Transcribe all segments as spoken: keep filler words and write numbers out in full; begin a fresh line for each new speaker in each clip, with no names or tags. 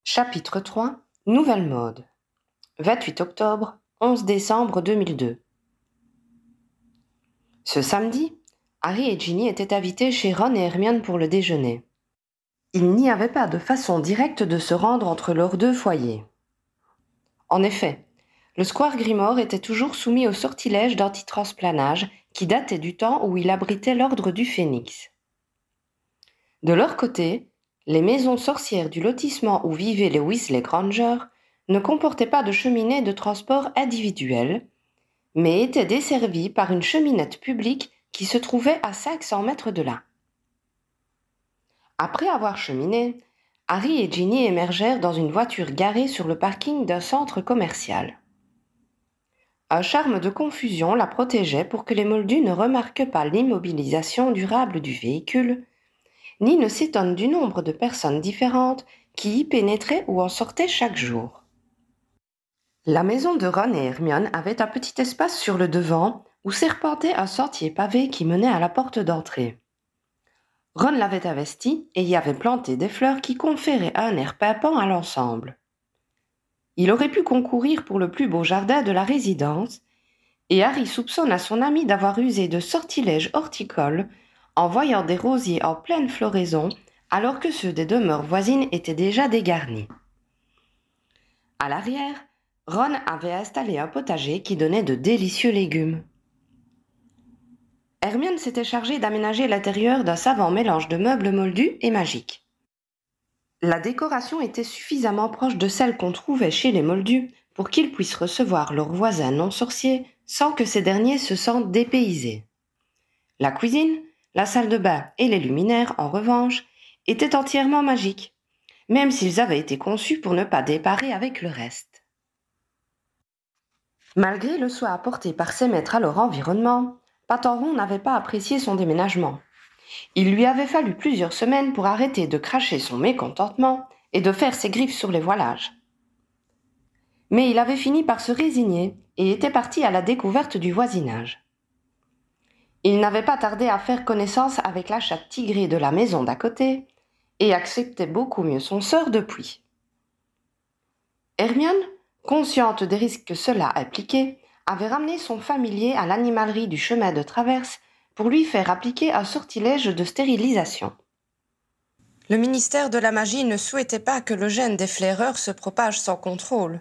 Chapitre trois. Nouvelle mode. vingt-huit octobre, onze décembre deux mille deux. Ce samedi, Harry et Ginny étaient invités chez Ron et Hermione pour le déjeuner. Il n'y avait pas de façon directe de se rendre entre leurs deux foyers. En effet, le square Grimmauld était toujours soumis au sortilège d'antitransplannage qui datait du temps où il abritait l'ordre du Phénix. De leur côté, les maisons sorcières du lotissement où vivaient les Weasley Granger ne comportaient pas de cheminée de transport individuelle, mais étaient desservies par une cheminette publique qui se trouvait à cinq cents mètres de là. Après avoir cheminé, Harry et Ginny émergèrent dans une voiture garée sur le parking d'un centre commercial. Un charme de confusion la protégeait pour que les moldus ne remarquent pas l'immobilisation durable du véhicule, ni ne s'étonnent du nombre de personnes différentes qui y pénétraient ou en sortaient chaque jour. La maison de Ron et Hermione avait un petit espace sur le devant où serpentait un sentier pavé qui menait à la porte d'entrée. Ron l'avait investi et y avait planté des fleurs qui conféraient un air pimpant à l'ensemble. Il aurait pu concourir pour le plus beau jardin de la résidence, et Harry soupçonne à son ami d'avoir usé de sortilèges horticoles en voyant des rosiers en pleine floraison alors que ceux des demeures voisines étaient déjà dégarnis. À l'arrière, Ron avait installé un potager qui donnait de délicieux légumes. Hermione s'était chargée d'aménager l'intérieur d'un savant mélange de meubles moldus et magiques. La décoration était suffisamment proche de celle qu'on trouvait chez les moldus pour qu'ils puissent recevoir leurs voisins non sorciers sans que ces derniers se sentent dépaysés. La cuisine, la salle de bain et les luminaires, en revanche, étaient entièrement magiques, même s'ils avaient été conçus pour ne pas déparer avec le reste. Malgré le soin apporté par ses maîtres à leur environnement, Patenron n'avait pas apprécié son déménagement. Il lui avait fallu plusieurs semaines pour arrêter de cracher son mécontentement et de faire ses griffes sur les voilages. Mais il avait fini par se résigner et était parti à la découverte du voisinage. Il n'avait pas tardé à faire connaissance avec la chatte tigrée de la maison d'à côté et acceptait beaucoup mieux son sort depuis. Hermione, consciente des risques que cela impliquait, avait ramené son familier à l'animalerie du chemin de traverse pour lui faire appliquer un sortilège de stérilisation. Le ministère de la Magie ne souhaitait pas que le gène des flaireurs se propage sans contrôle.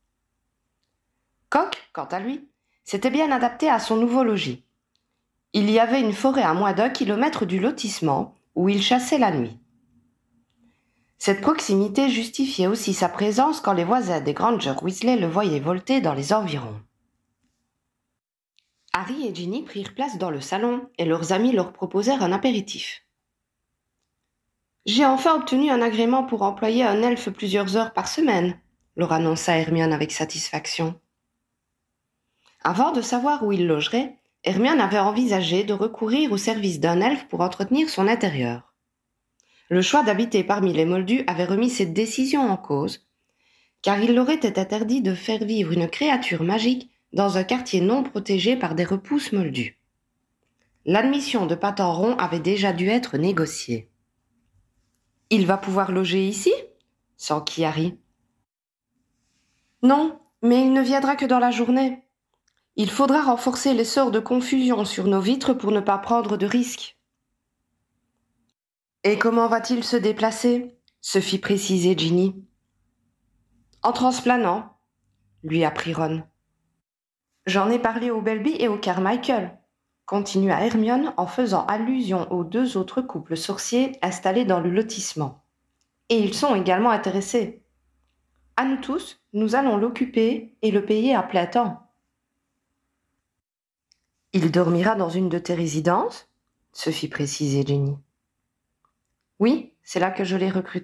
Coq, quant à lui, s'était bien adapté à son nouveau logis. Il y avait une forêt à moins d'un kilomètre du lotissement où il chassait la nuit. Cette proximité justifiait aussi sa présence quand les voisins des Granger Weasley le voyaient volter dans les environs. Harry et Ginny prirent place dans le salon et leurs amis leur proposèrent un apéritif. « J'ai enfin obtenu un agrément pour employer un elfe plusieurs heures par semaine », leur annonça Hermione avec satisfaction. Avant de savoir où il logerait, Hermione avait envisagé de recourir au service d'un elfe pour entretenir son intérieur. Le choix d'habiter parmi les moldus avait remis cette décision en cause, car il leur était interdit de faire vivre une créature magique dans un quartier non protégé par des repousses moldus. L'admission de Patenron avait déjà dû être négociée. « Il va pouvoir loger ici ?» s'enquit Harry. « Non, mais il ne viendra que dans la journée. Il faudra renforcer les sorts de confusion sur nos vitres pour ne pas prendre de risques. »« Et comment va-t-il se déplacer ?» se fit préciser Ginny. « En transplanant, » lui apprit Ron. « J'en ai parlé au Belby et au Carmichael, » continua Hermione en faisant allusion aux deux autres couples sorciers installés dans le lotissement. « Et ils sont également intéressés. À nous tous, nous allons l'occuper et le payer à plein temps. »« Il dormira dans une de tes résidences ?» se fit préciser Ginny. « Oui, c'est là que je l'ai recruté. »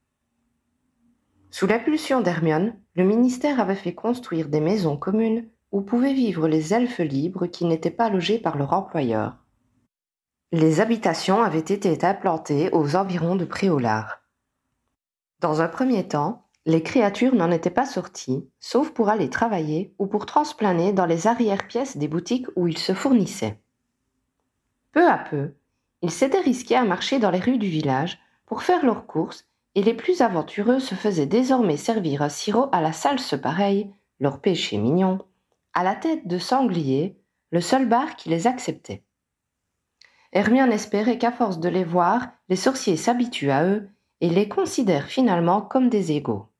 Sous l'impulsion d'Hermione, le ministère avait fait construire des maisons communes où pouvaient vivre les elfes libres qui n'étaient pas logés par leur employeur. Les habitations avaient été implantées aux environs de Préolard. Dans un premier temps, les créatures n'en étaient pas sorties, sauf pour aller travailler ou pour transplaner dans les arrière-pièces des boutiques où ils se fournissaient. Peu à peu, ils s'étaient risqués à marcher dans les rues du village pour faire leurs courses et les plus aventureux se faisaient désormais servir un sirop à la salse pareille, leur péché mignon, à la tête de sanglier, le seul bar qui les acceptait. Hermione espérait qu'à force de les voir, les sorciers s'habituent à eux et les considèrent finalement comme des égaux.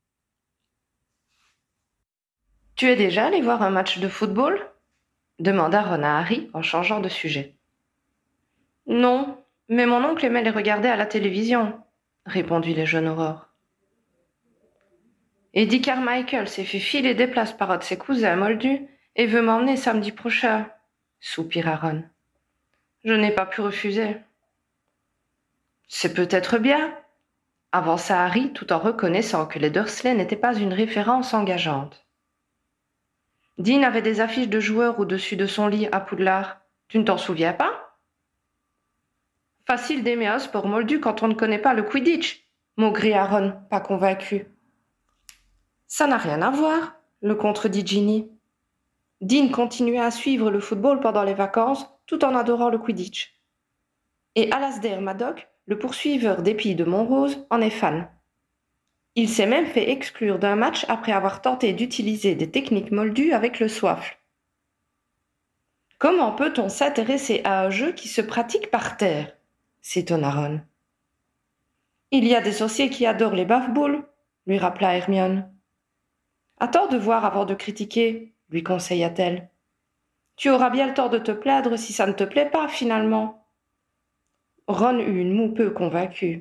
« Tu es déjà allé voir un match de football ?» demanda Ron à Harry en changeant de sujet. « Non, mais mon oncle aimait les regarder à la télévision, » répondit le jeune Aurore. « Eddie Carmichael s'est fait filer des places par un de ses cousins moldus et veut m'emmener samedi prochain, » soupira Ron. « Je n'ai pas pu refuser. »« C'est peut-être bien, » avança Harry tout en reconnaissant que les Dursley n'étaient pas une référence engageante. « Dean avait des affiches de joueurs au-dessus de son lit à Poudlard. Tu ne t'en souviens pas ? » « Facile d'aimer un sport moldu quand on ne connaît pas le Quidditch, » maugria Ron, pas convaincu. « Ça n'a rien à voir, » le contredit Ginny. Dean continuait à suivre le football pendant les vacances tout en adorant le Quidditch. Et Alasdair Maddock, le poursuiveur d'épis de Montrose, en est fan. Il s'est même fait exclure d'un match après avoir tenté d'utiliser des techniques moldues avec le soifle. Comment peut-on s'intéresser à un jeu qui se pratique par terre ? S'étonna Ron. Il y a des sorciers qui adorent les baffe-boules, lui rappela Hermione. Attends de voir avant de critiquer, lui conseilla-t-elle. Tu auras bien le temps de te plaindre si ça ne te plaît pas, finalement. Ron eut une moue peu convaincue.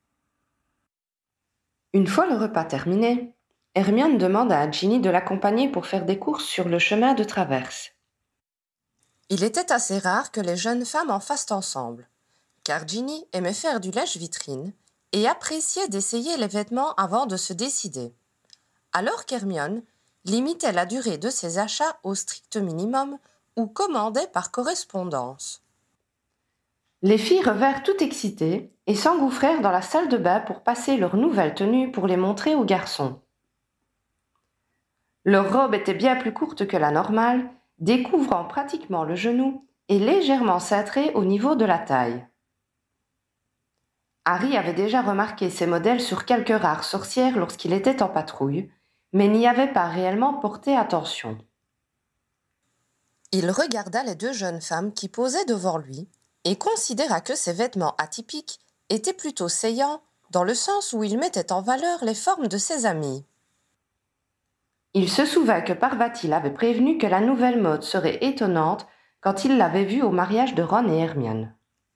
Une fois le repas terminé, Hermione demanda à Ginny de l'accompagner pour faire des courses sur le chemin de traverse. Il était assez rare que les jeunes femmes en fassent ensemble, car Ginny aimait faire du lèche-vitrine et appréciait d'essayer les vêtements avant de se décider, alors qu'Hermione limitait la durée de ses achats au strict minimum ou commandait par correspondance. Les filles revinrent toutes excitées et s'engouffrèrent dans la salle de bain pour passer leurs nouvelles tenues pour les montrer aux garçons. Leur robe était bien plus courte que la normale, découvrant pratiquement le genou et légèrement cintrée au niveau de la taille. Harry avait déjà remarqué ces modèles sur quelques rares sorcières lorsqu'il était en patrouille, mais n'y avait pas réellement porté attention. Il regarda les deux jeunes femmes qui posaient devant lui et considéra que ces vêtements atypiques étaient plutôt saillants dans le sens où ils mettaient en valeur les formes de ses amies. Il se souvint que Parvati l'avait prévenu que la nouvelle mode serait étonnante quand il l'avait vue au mariage de Ron et Hermione.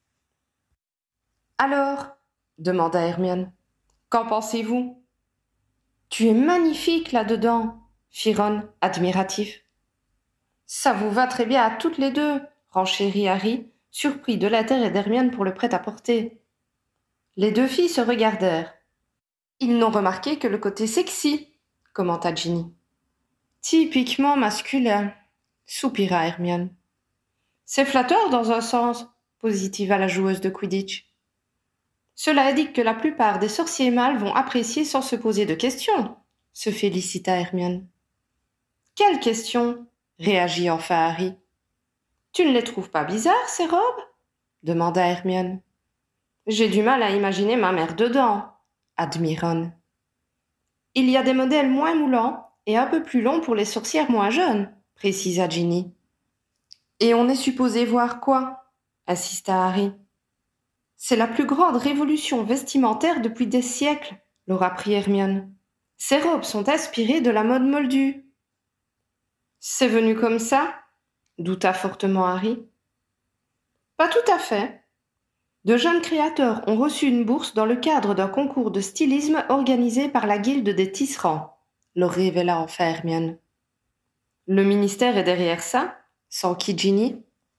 « Alors ?» demanda Hermione. « Qu'en pensez-vous ?»« Tu es magnifique là-dedans !» fit Ron, admiratif. « Ça vous va très bien à toutes les deux !» renchérit Harry, surpris de l'intérêt d'Hermione pour le prêt-à-porter. Les deux filles se regardèrent. « Ils n'ont remarqué que le côté sexy !» commenta Ginny. « Typiquement masculin !» soupira Hermione. « C'est flatteur dans un sens !» positiva la joueuse de Quidditch. « Cela indique que la plupart des sorciers mâles vont apprécier sans se poser de questions !» se félicita Hermione. « Quelle question ?» réagit enfin Harry. « Tu ne les trouves pas bizarres, ces robes ?» demanda Hermione. « J'ai du mal à imaginer ma mère dedans !» admit Ron. « Il y a des modèles moins moulants et un peu plus longs pour les sorcières moins jeunes !» précisa Ginny. « Et on est supposé voir quoi ?» insista Harry. « C'est la plus grande révolution vestimentaire depuis des siècles !» leur apprit Hermione. « Ces robes sont inspirées de la mode moldue. »« C'est venu comme ça ?» douta fortement Harry. « Pas tout à fait. De jeunes créateurs ont reçu une bourse dans le cadre d'un concours de stylisme organisé par la Guilde des tisserands, leur révéla enfin Hermione. Le ministère est derrière ça, s'enquit Ginny.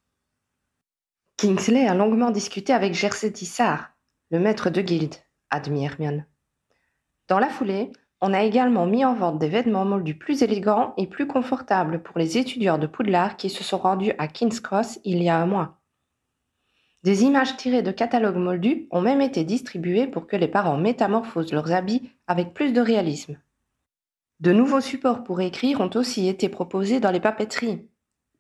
Kingsley a longuement discuté avec Jersey Tissard, le maître de guilde, admit Hermione. Dans la foulée, on a également mis en vente des vêtements moldus plus élégants et plus confortables pour les étudiants de Poudlard qui se sont rendus à King's Cross il y a un mois. Des images tirées de catalogues moldus ont même été distribuées pour que les parents métamorphosent leurs habits avec plus de réalisme. De nouveaux supports pour écrire ont aussi été proposés dans les papeteries.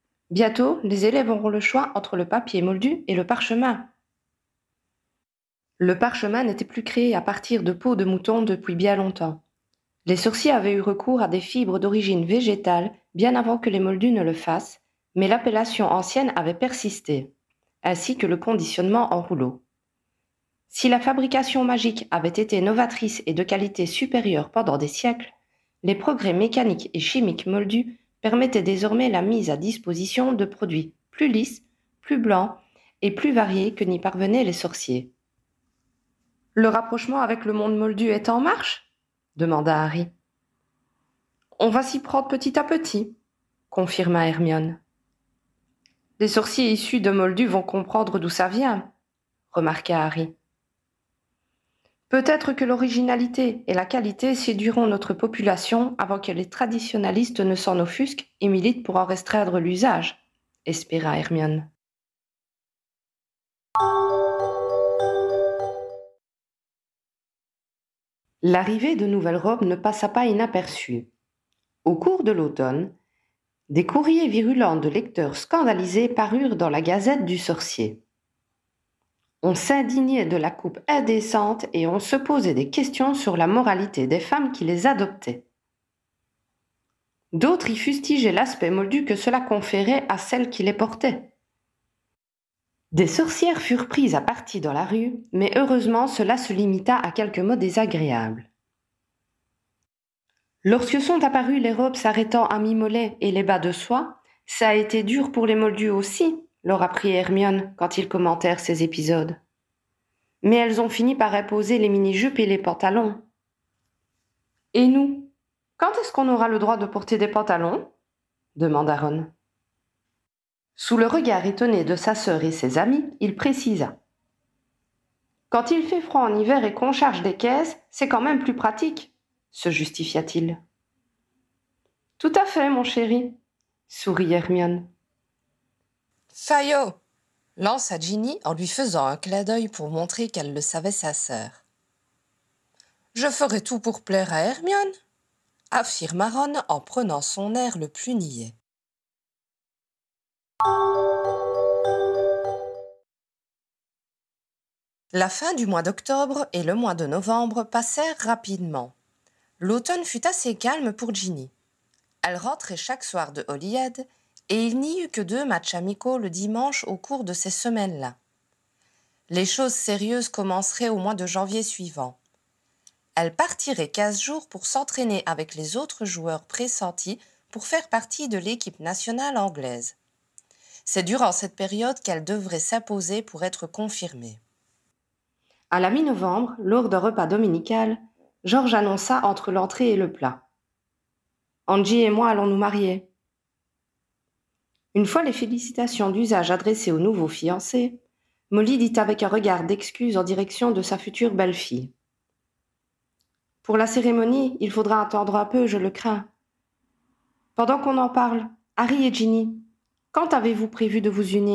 Bientôt, les élèves auront le choix entre le papier moldu et le parchemin. Le parchemin n'était plus créé à partir de peaux de mouton depuis bien longtemps. Les sorciers avaient eu recours à des fibres d'origine végétale bien avant que les moldus ne le fassent, mais l'appellation ancienne avait persisté, ainsi que le conditionnement en rouleau. Si la fabrication magique avait été novatrice et de qualité supérieure pendant des siècles, les progrès mécaniques et chimiques moldus permettaient désormais la mise à disposition de produits plus lisses, plus blancs et plus variés que n'y parvenaient les sorciers. Le rapprochement avec le monde moldu est en marche ? Demanda Harry. On va s'y prendre petit à petit, confirma Hermione. Les sorciers issus de moldus vont comprendre d'où ça vient, remarqua Harry. Peut-être que l'originalité et la qualité séduiront notre population avant que les traditionalistes ne s'en offusquent et militent pour en restreindre l'usage, espéra Hermione. L'arrivée de nouvelles robes ne passa pas inaperçue. Au cours de l'automne, des courriers virulents de lecteurs scandalisés parurent dans la Gazette du Sorcier. On s'indignait de la coupe indécente et on se posait des questions sur la moralité des femmes qui les adoptaient. D'autres y fustigeaient l'aspect moldu que cela conférait à celles qui les portaient. Des sorcières furent prises à partie dans la rue, mais heureusement cela se limita à quelques mots désagréables. Lorsque sont apparues les robes s'arrêtant à mi-mollet et les bas de soie, ça a été dur pour les moldus aussi, leur apprit Hermione quand ils commentèrent ces épisodes. Mais elles ont fini par imposer les mini-jupes et les pantalons. Et nous, quand est-ce qu'on aura le droit de porter des pantalons ? Demanda Ron. Sous le regard étonné de sa sœur et ses amis, il précisa. Quand il fait froid en hiver et qu'on charge des caisses, c'est quand même plus pratique, se justifia-t-il. Tout à fait, mon chéri, sourit Hermione.
Fayot, lança Ginny en lui faisant un clin d'œil pour montrer qu'elle le savait sa sœur. Je ferai tout pour plaire à Hermione, affirma Ron en prenant son air le plus niais. La fin du mois d'octobre et le mois de novembre passèrent rapidement. L'automne fut assez calme pour Ginny. Elle rentrait chaque soir de Holyhead et il n'y eut que deux matchs amicaux le dimanche au cours de ces semaines-là. Les choses sérieuses commenceraient au mois de janvier suivant. Elle partirait quinze jours pour s'entraîner avec les autres joueurs pressentis pour faire partie de l'équipe nationale anglaise. C'est durant cette période qu'elle devrait s'imposer pour être confirmée.
À la mi-novembre, lors d'un repas dominical, Georges annonça entre l'entrée et le plat. « Angie et moi allons nous marier. » Une fois les félicitations d'usage adressées au nouveau fiancé, Molly dit avec un regard d'excuse en direction de sa future belle-fille. « Pour la cérémonie, il faudra attendre un peu, je le crains. Pendant qu'on en parle, Harry et Ginny, quand avez-vous prévu de vous unir ? »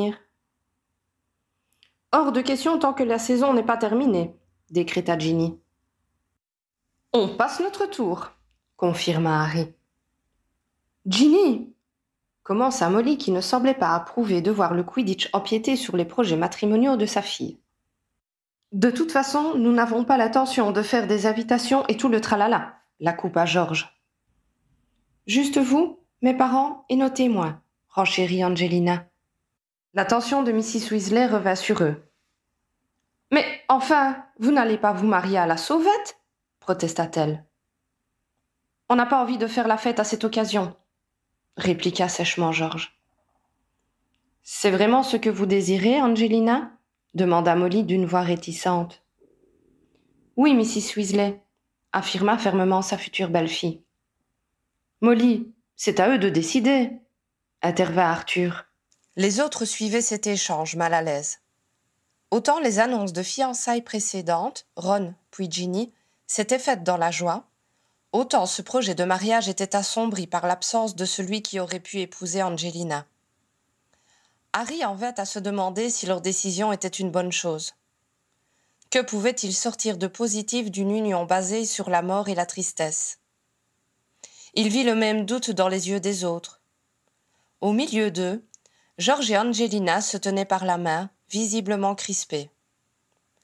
« Hors de question tant que la saison n'est pas terminée, » décréta Ginny. « On passe notre tour, » confirma Harry. « Ginny !» commença Molly qui ne semblait pas approuver de voir le Quidditch empiéter sur les projets matrimoniaux de sa fille. « De toute façon, nous n'avons pas l'intention de faire des invitations et tout le tralala, » la coupa Georges. « Juste vous, mes parents et nos témoins, » renchérit Angelina. L'attention de missus Weasley revint sur eux. « Mais enfin, vous n'allez pas vous marier à la sauvette ?» protesta-t-elle. « On n'a pas envie de faire la fête à cette occasion, » répliqua sèchement Georges. « C'est vraiment ce que vous désirez, Angelina ?» demanda Molly d'une voix réticente. « Oui, missus Weasley, » affirma fermement sa future belle-fille. « Molly, c'est à eux de décider, » intervint Arthur.
Les autres suivaient cet échange mal à l'aise. Autant les annonces de fiançailles précédentes, Ron puis Ginny, s'étaient faites dans la joie, autant ce projet de mariage était assombri par l'absence de celui qui aurait pu épouser Angelina. Harry en vint à se demander si leur décision était une bonne chose. Que pouvait-il sortir de positif d'une union basée sur la mort et la tristesse ? Il vit le même doute dans les yeux des autres. Au milieu d'eux, Georges et Angelina se tenaient par la main, visiblement crispés.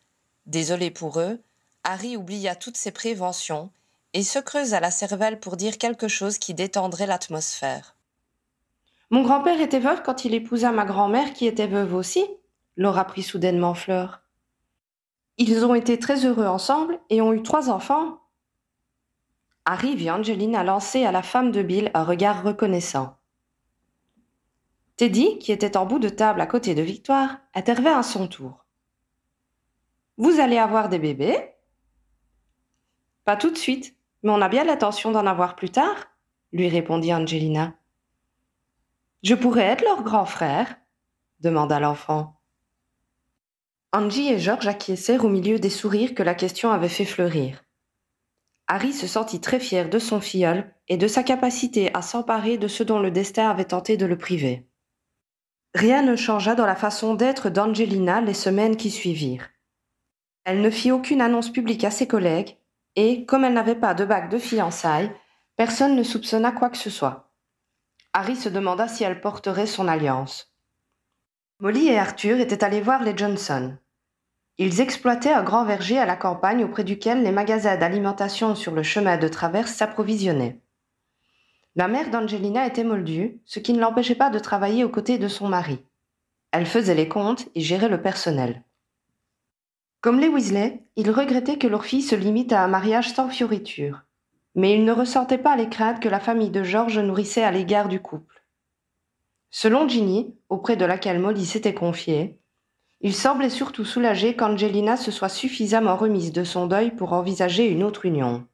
Désolé pour eux, Harry oublia toutes ses préventions et se creusa la cervelle pour dire quelque chose qui détendrait l'atmosphère.
« Mon grand-père était veuf quand il épousa ma grand-mère qui était veuve aussi, » leur apprit soudainement Fleur. « Ils ont été très heureux ensemble et ont eu trois enfants. » Harry vit Angelina lancer à la femme de Bill un regard reconnaissant. Teddy, qui était en bout de table à côté de Victoire, intervint à son tour. « Vous allez avoir des bébés ? » ?»« Pas tout de suite, mais on a bien l'intention d'en avoir plus tard, » lui répondit Angelina. « Je pourrais être leur grand frère ?» demanda l'enfant. Angie et George acquiescèrent au milieu des sourires que la question avait fait fleurir. Harry se sentit très fier de son filleul et de sa capacité à s'emparer de ce dont le destin avait tenté de le priver. Rien ne changea dans la façon d'être d'Angelina les semaines qui suivirent. Elle ne fit aucune annonce publique à ses collègues et, comme elle n'avait pas de bague de fiançailles, personne ne soupçonna quoi que ce soit. Harry se demanda si elle porterait son alliance. Molly et Arthur étaient allés voir les Johnson. Ils exploitaient un grand verger à la campagne auprès duquel les magasins d'alimentation sur le chemin de traverse s'approvisionnaient. La mère d'Angelina était moldue, ce qui ne l'empêchait pas de travailler aux côtés de son mari. Elle faisait les comptes et gérait le personnel. Comme les Weasley, ils regrettaient que leur fille se limite à un mariage sans fioriture, mais ils ne ressentaient pas les craintes que la famille de George nourrissait à l'égard du couple. Selon Ginny, auprès de laquelle Molly s'était confiée, il semblait surtout soulagé qu'Angelina se soit suffisamment remise de son deuil pour envisager une autre union.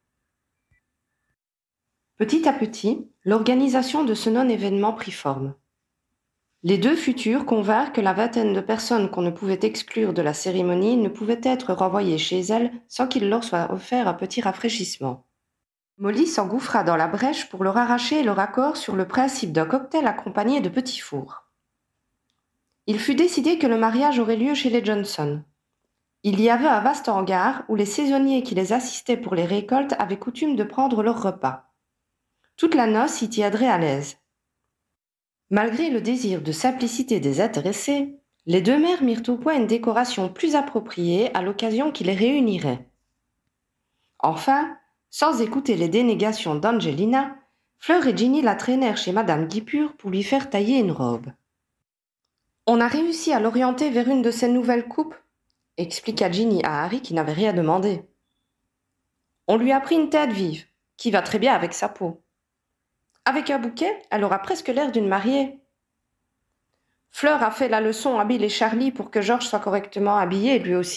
Petit à petit, l'organisation de ce non-événement prit forme. Les deux futurs convinrent que la vingtaine de personnes qu'on ne pouvait exclure de la cérémonie ne pouvaient être renvoyées chez elles sans qu'il leur soit offert un petit rafraîchissement. Molly s'engouffra dans la brèche pour leur arracher leur accord sur le principe d'un cocktail accompagné de petits fours. Il fut décidé que le mariage aurait lieu chez les Johnson. Il y avait un vaste hangar où les saisonniers qui les assistaient pour les récoltes avaient coutume de prendre leur repas. Toute la noce y tiendrait à l'aise. Malgré le désir de simplicité des intéressés, les deux mères mirent au point une décoration plus appropriée à l'occasion qui les réunirait. Enfin, sans écouter les dénégations d'Angelina, Fleur et Ginny la traînèrent chez Madame Guipure pour lui faire tailler une robe. « On a réussi à l'orienter vers une de ces nouvelles coupes » expliqua Ginny à Harry qui n'avait rien demandé. « On lui a pris une tête vive, qui va très bien avec sa peau. Avec un bouquet, elle aura presque l'air d'une mariée. Fleur a fait la leçon à Bill et Charlie pour que George soit correctement habillé lui aussi. »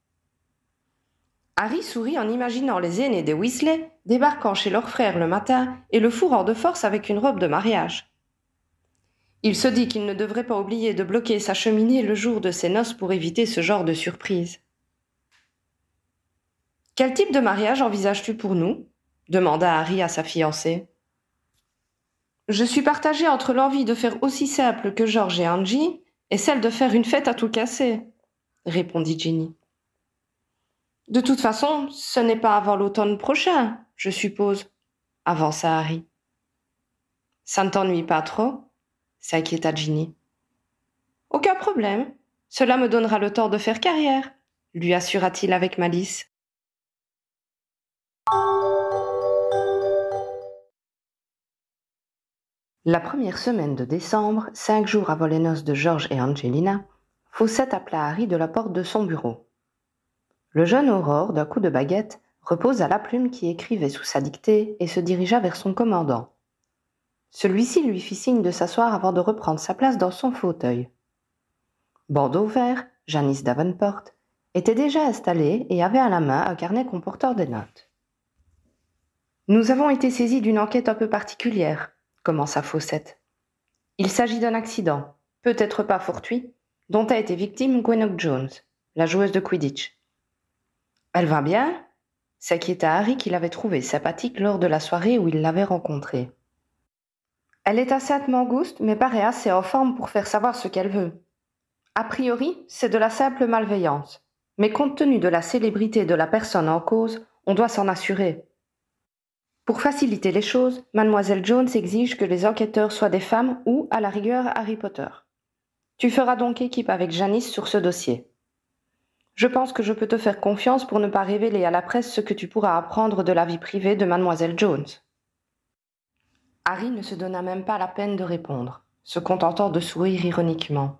Harry sourit en imaginant les aînés des Weasley débarquant chez leur frère le matin et le fourrant de force avec une robe de mariage. Il se dit qu'il ne devrait pas oublier de bloquer sa cheminée le jour de ses noces pour éviter ce genre de surprise. « Quel type de mariage envisages-tu pour nous ?» demanda Harry à sa fiancée. « Je suis partagée entre l'envie de faire aussi simple que George et Angie et celle de faire une fête à tout casser, » répondit Ginny. « De toute façon, ce n'est pas avant l'automne prochain, je suppose, » avança Harry. « Ça ne t'ennuie pas trop ?» s'inquiéta Ginny. « Aucun problème, cela me donnera le temps de faire carrière, » lui assura-t-il avec malice. La première semaine de décembre, cinq jours avant les noces de George et Angelina, Fawcett appela Harry de la porte de son bureau. Le jeune Aurore, d'un coup de baguette, reposa la plume qui écrivait sous sa dictée et se dirigea vers son commandant. Celui-ci lui fit signe de s'asseoir avant de reprendre sa place dans son fauteuil. Bandeau vert, Janice Davenport, était déjà installée et avait à la main un carnet comportant des notes. « Nous avons été saisis d'une enquête un peu particulière, » commença Fawcett. « Il s'agit d'un accident, peut-être pas fortuit, dont a été victime Gwenock Jones, la joueuse de Quidditch. »« Elle va bien ?» s'inquiéta Harry qui l'avait trouvée sympathique lors de la soirée où il l'avait rencontrée. « Elle est assez mangouste, mais paraît assez en forme pour faire savoir ce qu'elle veut. A priori, c'est de la simple malveillance, mais compte tenu de la célébrité de la personne en cause, on doit s'en assurer. Pour faciliter les choses, Mademoiselle Jones exige que les enquêteurs soient des femmes ou, à la rigueur, Harry Potter. Tu feras donc équipe avec Janice sur ce dossier. Je pense que je peux te faire confiance pour ne pas révéler à la presse ce que tu pourras apprendre de la vie privée de mademoiselle Jones. » Harry ne se donna même pas la peine de répondre, se contentant de sourire ironiquement.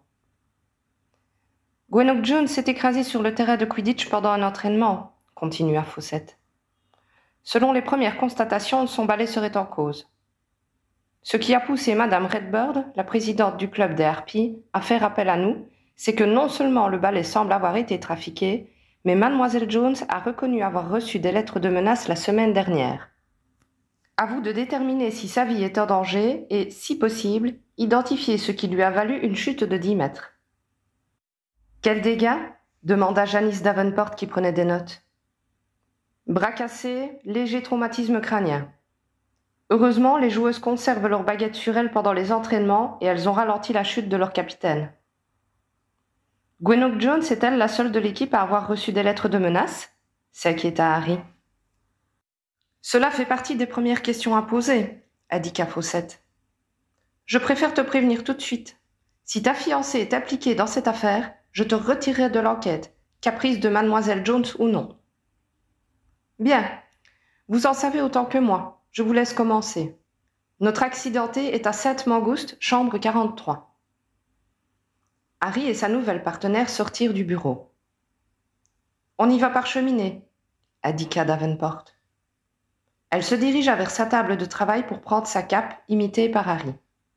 « Gwenog Jones s'est écrasée sur le terrain de Quidditch pendant un entraînement, » continua Fawcett. « Selon les premières constatations, son balai serait en cause. Ce qui a poussé Madame Redbird, la présidente du club des Harpies, à faire appel à nous, c'est que non seulement le balai semble avoir été trafiqué, mais Mademoiselle Jones a reconnu avoir reçu des lettres de menace la semaine dernière. À vous de déterminer si sa vie est en danger et, si possible, identifier ce qui lui a valu une chute de dix mètres. »« Quels dégâts ?» demanda Janice Davenport qui prenait des notes. « Bras cassés, léger traumatisme crânien. Heureusement, les joueuses conservent leurs baguettes sur elles pendant les entraînements et elles ont ralenti la chute de leur capitaine. » « Gwenog Jones est-elle la seule de l'équipe à avoir reçu des lettres de menace ?» s'inquiéta Harry. « Cela fait partie des premières questions à poser, » indiqua Fawcett. « Je préfère te prévenir tout de suite. Si ta fiancée est impliquée dans cette affaire, je te retirerai de l'enquête, caprice de mademoiselle Jones ou non. »« Bien, vous en savez autant que moi. Je vous laisse commencer. Notre accidenté est à Sainte Mangouste, chambre quarante-trois. » Harry et sa nouvelle partenaire sortirent du bureau. « On y va par cheminée, » indiqua Davenport. Elle se dirigea vers sa table de travail pour prendre sa cape, imitée par Harry.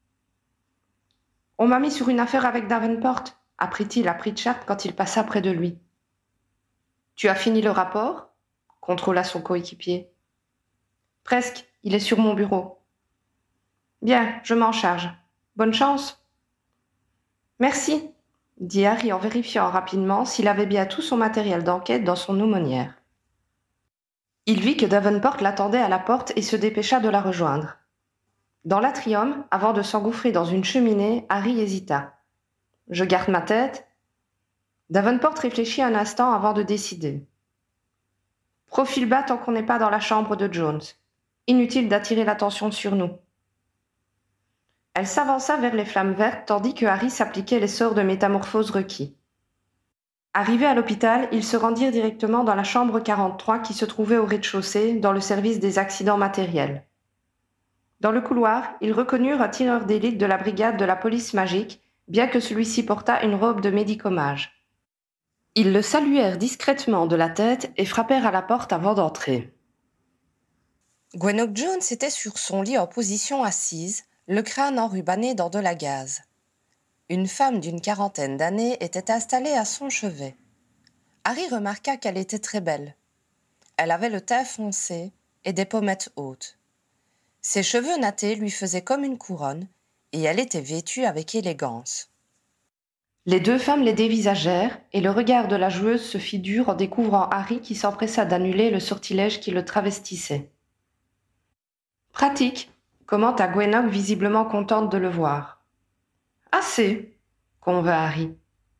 « On m'a mis sur une affaire avec Davenport, » apprit-il à Pritchard quand il passa près de lui. « Tu as fini le rapport ?» contrôla son coéquipier. « Presque, il est sur mon bureau. »« Bien, je m'en charge. Bonne chance !» « Merci, » dit Harry en vérifiant rapidement s'il avait bien tout son matériel d'enquête dans son aumônière. Il vit que Davenport l'attendait à la porte et se dépêcha de la rejoindre. Dans l'atrium, avant de s'engouffrer dans une cheminée, Harry hésita. « Je garde ma tête ?» Davenport réfléchit un instant avant de décider. « Profil bas tant qu'on n'est pas dans la chambre de Jones. Inutile d'attirer l'attention sur nous. » Elle s'avança vers les flammes vertes tandis que Harry s'appliquait les sorts de métamorphose requis. Arrivés à l'hôpital, ils se rendirent directement dans la chambre quarante-trois qui se trouvait au rez-de-chaussée dans le service des accidents matériels. Dans le couloir, ils reconnurent un tireur d'élite de la brigade de la police magique, bien que celui-ci portât une robe de médicomage. Ils le saluèrent discrètement de la tête et frappèrent à la porte avant d'entrer.
Gwenog Jones était sur son lit en position assise, le crâne enrubanné dans de la gaze. Une femme d'une quarantaine d'années était installée à son chevet. Harry remarqua qu'elle était très belle. Elle avait le teint foncé et des pommettes hautes. Ses cheveux nattés lui faisaient comme une couronne et elle était vêtue avec élégance.
Les deux femmes les dévisagèrent et le regard de la joueuse se fit dur en découvrant Harry qui s'empressa d'annuler le sortilège qui le travestissait. « Pratique », commenta Gwenog, visiblement contente de le voir. « Assez », convint Harry.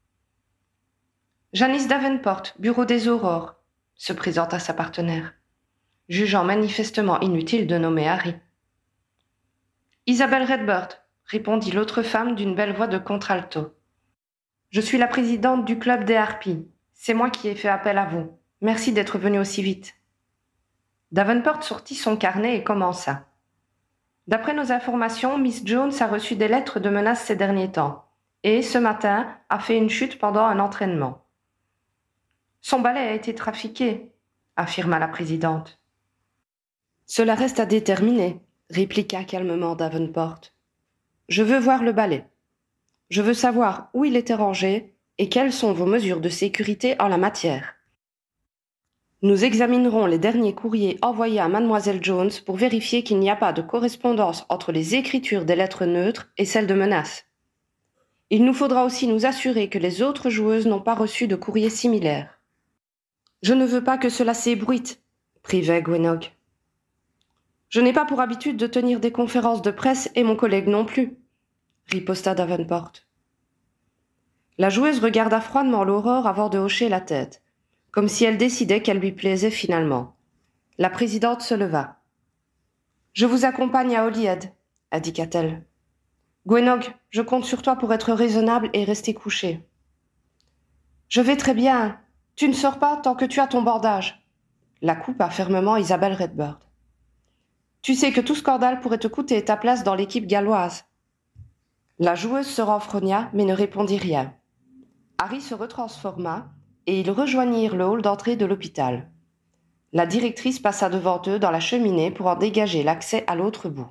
« Janice Davenport, bureau des Aurores », se présenta sa partenaire, jugeant manifestement inutile de nommer Harry. « Isabelle Redbird », répondit l'autre femme d'une belle voix de contralto. « Je suis la présidente du club des Harpies. C'est moi qui ai fait appel à vous. Merci d'être venu aussi vite. » Davenport sortit son carnet et commença. D'après nos informations, Miss Jones a reçu des lettres de menaces ces derniers temps et, ce matin, a fait une chute pendant un entraînement. Son balai a été trafiqué, affirma la présidente. Cela reste à déterminer, répliqua calmement Davenport. Je veux voir le balai. Je veux savoir où il était rangé et quelles sont vos mesures de sécurité en la matière. Nous examinerons les derniers courriers envoyés à mademoiselle Jones pour vérifier qu'il n'y a pas de correspondance entre les écritures des lettres neutres et celles de menace. Il nous faudra aussi nous assurer que les autres joueuses n'ont pas reçu de courriers similaires. Je ne veux pas que cela s'ébruite, privait Gwenog. Je n'ai pas pour habitude de tenir des conférences de presse et mon collègue non plus, riposta Davenport. La joueuse regarda froidement l'Aurore avant de hocher la tête, comme si elle décidait qu'elle lui plaisait finalement. La présidente se leva. « Je vous accompagne à Holyhead, » indiqua-t-elle. « Gwenog, je compte sur toi pour être raisonnable et rester couché. »« Je vais très bien. Tu ne sors pas tant que tu as ton bordage. La coupa fermement Isabelle Redbird. Tu sais que tout scandale pourrait te coûter ta place dans l'équipe galloise. La joueuse se renfrogna, mais ne répondit rien. Harry se retransforma, et ils rejoignirent le hall d'entrée de l'hôpital. La directrice passa devant eux dans la cheminée pour en dégager l'accès à l'autre bout.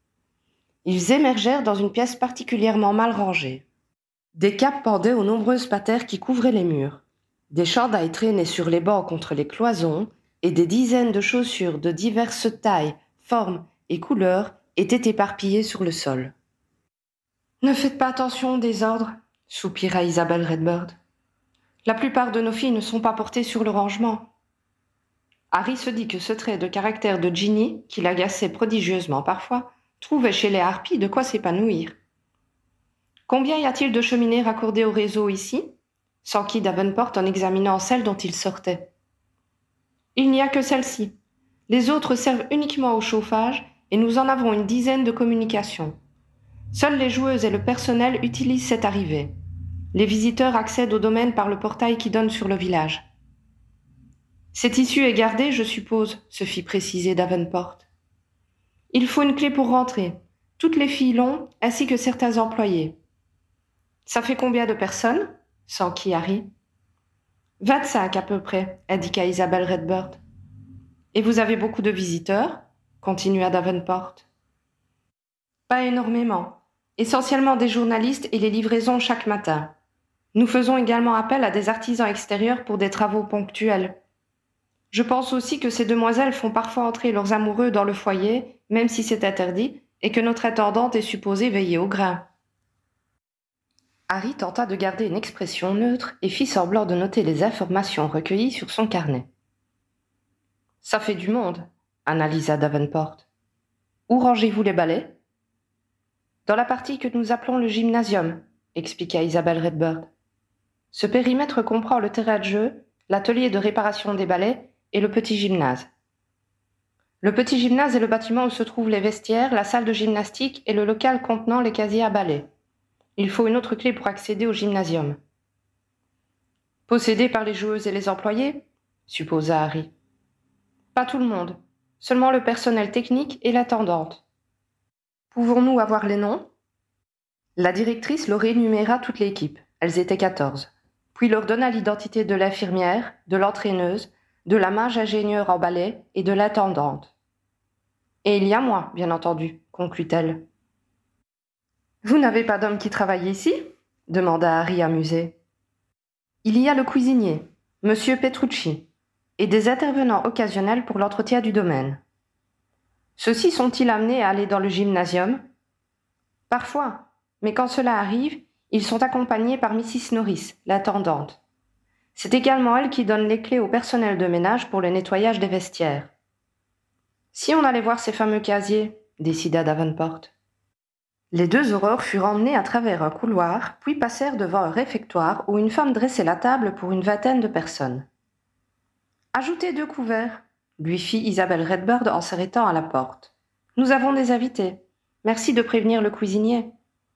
Ils émergèrent dans une pièce particulièrement mal rangée. Des capes pendaient aux nombreuses patères qui couvraient les murs. Des chandails traînaient sur les bancs contre les cloisons, et des dizaines de chaussures de diverses tailles, formes et couleurs étaient éparpillées sur le sol. « Ne faites pas attention au désordre, » soupira Isabelle Redbird. « La plupart de nos filles ne sont pas portées sur le rangement. » Harry se dit que ce trait de caractère de Ginny, qui l'agaçait prodigieusement parfois, trouvait chez les harpies de quoi s'épanouir. « Combien y a-t-il de cheminées raccordées au réseau ici ?» s'enquit Davenport en examinant celle dont il sortait. « Il n'y a que celle-ci. Les autres servent uniquement au chauffage et nous en avons une dizaine de communications. Seules les joueuses et le personnel utilisent cette arrivée. Les visiteurs accèdent au domaine par le portail qui donne sur le village. » « Cette issue est gardée, je suppose, » se fit préciser Davenport. « Il faut une clé pour rentrer. Toutes les filles l'ont, ainsi que certains employés. »« Ça fait combien de personnes ?» s'enquit Harry. « Vingt-cinq à peu près, » indiqua Isabelle Redbird. « Et vous avez beaucoup de visiteurs ?» continua Davenport. « Pas énormément. Essentiellement des journalistes et les livraisons chaque matin. Nous faisons également appel à des artisans extérieurs pour des travaux ponctuels. Je pense aussi que ces demoiselles font parfois entrer leurs amoureux dans le foyer, même si c'est interdit, et que notre intendante est supposée veiller au grain. » Harry tenta de garder une expression neutre et fit semblant de noter les informations recueillies sur son carnet. « Ça fait du monde, » analysa Davenport. « Où rangez-vous les balais ?»« Dans la partie que nous appelons le gymnasium, » expliqua Isabelle Redbird. « Ce périmètre comprend le terrain de jeu, l'atelier de réparation des balais et le petit gymnase. Le petit gymnase est le bâtiment où se trouvent les vestiaires, la salle de gymnastique et le local contenant les casiers à balais. Il faut une autre clé pour accéder au gymnasium. »« Possédé par les joueuses et les employés ?» supposa Harry. « Pas tout le monde, seulement le personnel technique et l'attendante. »« Pouvons-nous avoir les noms ?» La directrice leur énuméra toute l'équipe, elles étaient quatorze, puis leur donna l'identité de l'infirmière, de l'entraîneuse, de la mage ingénieure en ballet et de l'attendante. « Et il y a moi, bien entendu, » conclut-elle. « Vous n'avez pas d'homme qui travaille ici ?» demanda Harry amusé. « Il y a le cuisinier, Monsieur Petrucci, et des intervenants occasionnels pour l'entretien du domaine. Ceux-ci sont-ils amenés à aller dans le gymnasium ? Parfois, mais quand cela arrive, ils sont accompagnés par Missus Norris, l'attendante. C'est également elle qui donne les clés au personnel de ménage pour le nettoyage des vestiaires. Si on allait voir ces fameux casiers, décida Davenport. Les deux aurores furent emmenées à travers un couloir, puis passèrent devant un réfectoire où une femme dressait la table pour une vingtaine de personnes. « Ajoutez deux couverts, » lui fit Isabelle Redbird en s'arrêtant à la porte. « Nous avons des invités. Merci de prévenir le cuisinier. »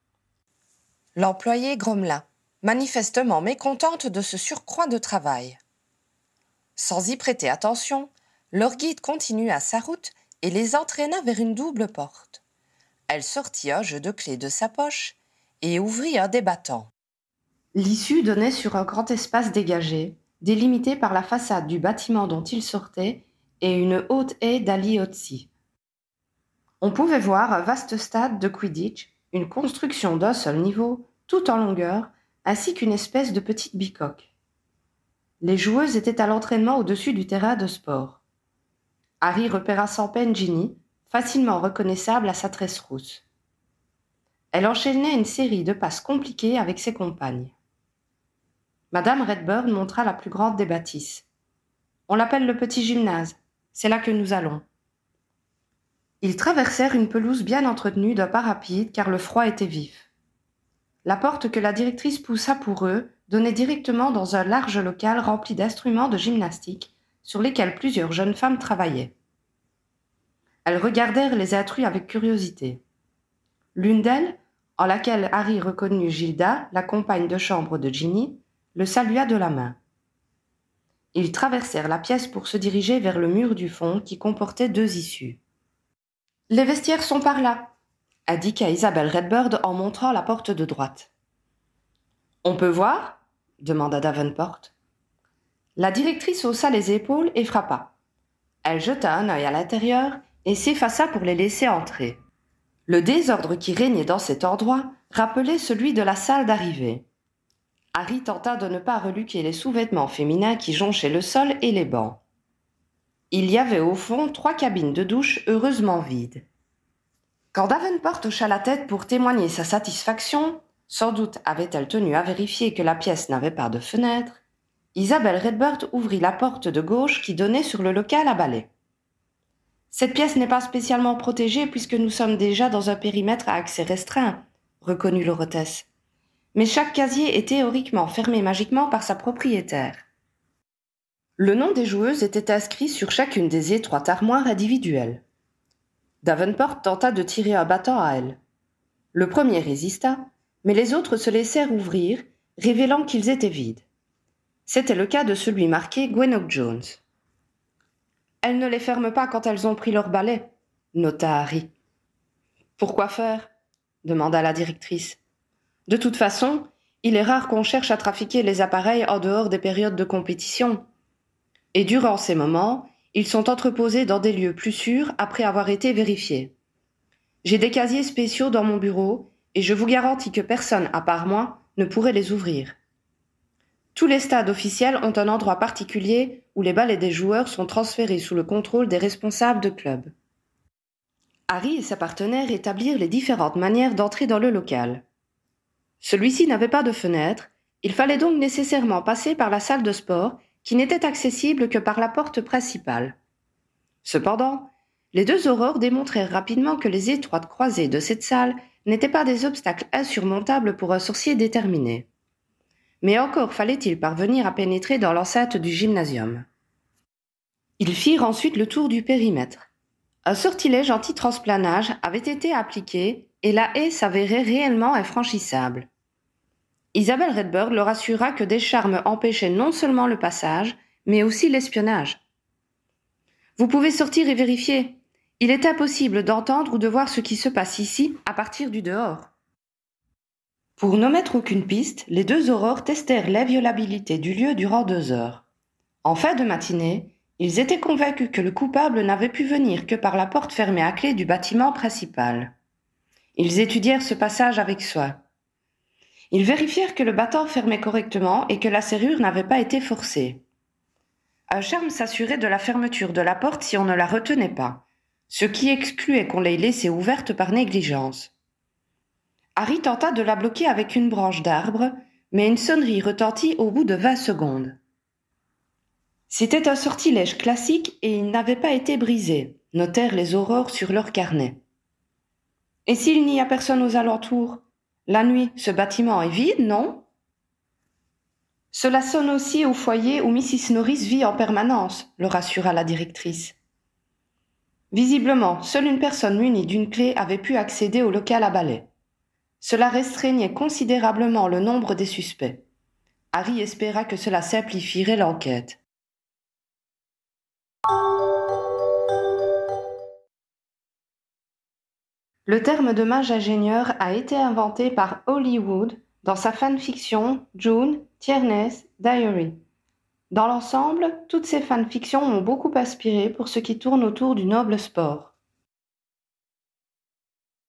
L'employée grommela, manifestement mécontente de ce surcroît de travail. Sans y prêter attention, leur guide continua sa route et les entraîna vers une double porte. Elle sortit un jeu de clés de sa poche et ouvrit un des battants.
L'issue donnait sur un grand espace dégagé, délimité par la façade du bâtiment dont il sortait et une haute haie d'Aliotsi. On pouvait voir un vaste stade de Quidditch, une construction d'un seul niveau, tout en longueur, ainsi qu'une espèce de petite bicoque. Les joueuses étaient à l'entraînement au-dessus du terrain de sport. Harry repéra sans peine Ginny, facilement reconnaissable à sa tresse rousse. Elle enchaînait une série de passes compliquées avec ses compagnes. Madame Redbird montra la plus grande des bâtisses. « On l'appelle le petit gymnase. C'est là que nous allons. » Ils traversèrent une pelouse bien entretenue d'un pas rapide car le froid était vif. La porte que la directrice poussa pour eux donnait directement dans un large local rempli d'instruments de gymnastique sur lesquels plusieurs jeunes femmes travaillaient. Elles regardèrent les intrus avec curiosité. L'une d'elles, en laquelle Harry reconnut Gilda, la compagne de chambre de Ginny, le salua de la main. Ils traversèrent la pièce pour se diriger vers le mur du fond qui comportait deux issues. « Les vestiaires sont par là », indiqua Isabelle Redbird en montrant la porte de droite. « On peut voir ?» demanda Davenport. La directrice haussa les épaules et frappa. Elle jeta un œil à l'intérieur et s'effaça pour les laisser entrer. Le désordre qui régnait dans cet endroit rappelait celui de la salle d'arrivée. Harry tenta de ne pas reluquer les sous-vêtements féminins qui jonchaient le sol et les bancs. Il y avait au fond trois cabines de douche heureusement vides. Quand Davenport hocha la tête pour témoigner sa satisfaction, sans doute avait-elle tenu à vérifier que la pièce n'avait pas de fenêtre, Isabelle Redbird ouvrit la porte de gauche qui donnait sur le local à balai. « Cette pièce n'est pas spécialement protégée puisque nous sommes déjà dans un périmètre à accès restreint, » reconnut l'hôtesse. « Mais chaque casier est théoriquement fermé magiquement par sa propriétaire. » Le nom des joueuses était inscrit sur chacune des étroites armoires individuelles. Davenport tenta de tirer un battant à elle. Le premier résista, mais les autres se laissèrent ouvrir, révélant qu'ils étaient vides. C'était le cas de celui marqué Gwenog Jones. « Elles ne les ferment pas quand elles ont pris leur balai, » nota Harry. « Pourquoi faire ?» demanda la directrice. « De toute façon, il est rare qu'on cherche à trafiquer les appareils en dehors des périodes de compétition. Et durant ces moments, ils sont entreposés dans des lieux plus sûrs après avoir été vérifiés. J'ai des casiers spéciaux dans mon bureau et je vous garantis que personne, à part moi, ne pourrait les ouvrir. Tous les stades officiels ont un endroit particulier où les balais des joueurs sont transférés sous le contrôle des responsables de club. » Harry et sa partenaire établirent les différentes manières d'entrer dans le local. Celui-ci n'avait pas de fenêtre, il fallait donc nécessairement passer par la salle de sport qui n'était accessible que par la porte principale. Cependant, les deux aurores démontrèrent rapidement que les étroites croisées de cette salle n'étaient pas des obstacles insurmontables pour un sorcier déterminé. Mais encore fallait-il parvenir à pénétrer dans l'enceinte du gymnasium. Ils firent ensuite le tour du périmètre. Un sortilège anti-transplanage avait été appliqué et la haie s'avérait réellement infranchissable. Isabelle Redbird leur assura que des charmes empêchaient non seulement le passage, mais aussi l'espionnage. « Vous pouvez sortir et vérifier. Il est impossible d'entendre ou de voir ce qui se passe ici à partir du dehors. » Pour n'omettre aucune piste, les deux aurores testèrent l'inviolabilité du lieu durant deux heures. En fin de matinée, ils étaient convaincus que le coupable n'avait pu venir que par la porte fermée à clé du bâtiment principal. Ils étudièrent ce passage avec soin. Ils vérifièrent que le battant fermait correctement et que la serrure n'avait pas été forcée. Un charme s'assurait de la fermeture de la porte si on ne la retenait pas, ce qui excluait qu'on l'ait laissée ouverte par négligence. Harry tenta de la bloquer avec une branche d'arbre, mais une sonnerie retentit au bout de vingt secondes. C'était un sortilège classique et il n'avait pas été brisé, notèrent les aurores sur leur carnet. Et s'il n'y a personne aux alentours? La nuit, ce bâtiment est vide, non? Cela sonne aussi au foyer où Missus Norris vit en permanence, le rassura la directrice. Visiblement, seule une personne munie d'une clé avait pu accéder au local à balai. Cela restreignait considérablement le nombre des suspects. Harry espéra que cela simplifierait l'enquête. Le terme de mage ingénieur a été inventé par Hollywood dans sa fanfiction June Tierney's Diary. Dans l'ensemble, toutes ces fanfictions m'ont beaucoup inspiré pour ce qui tourne autour du noble sport.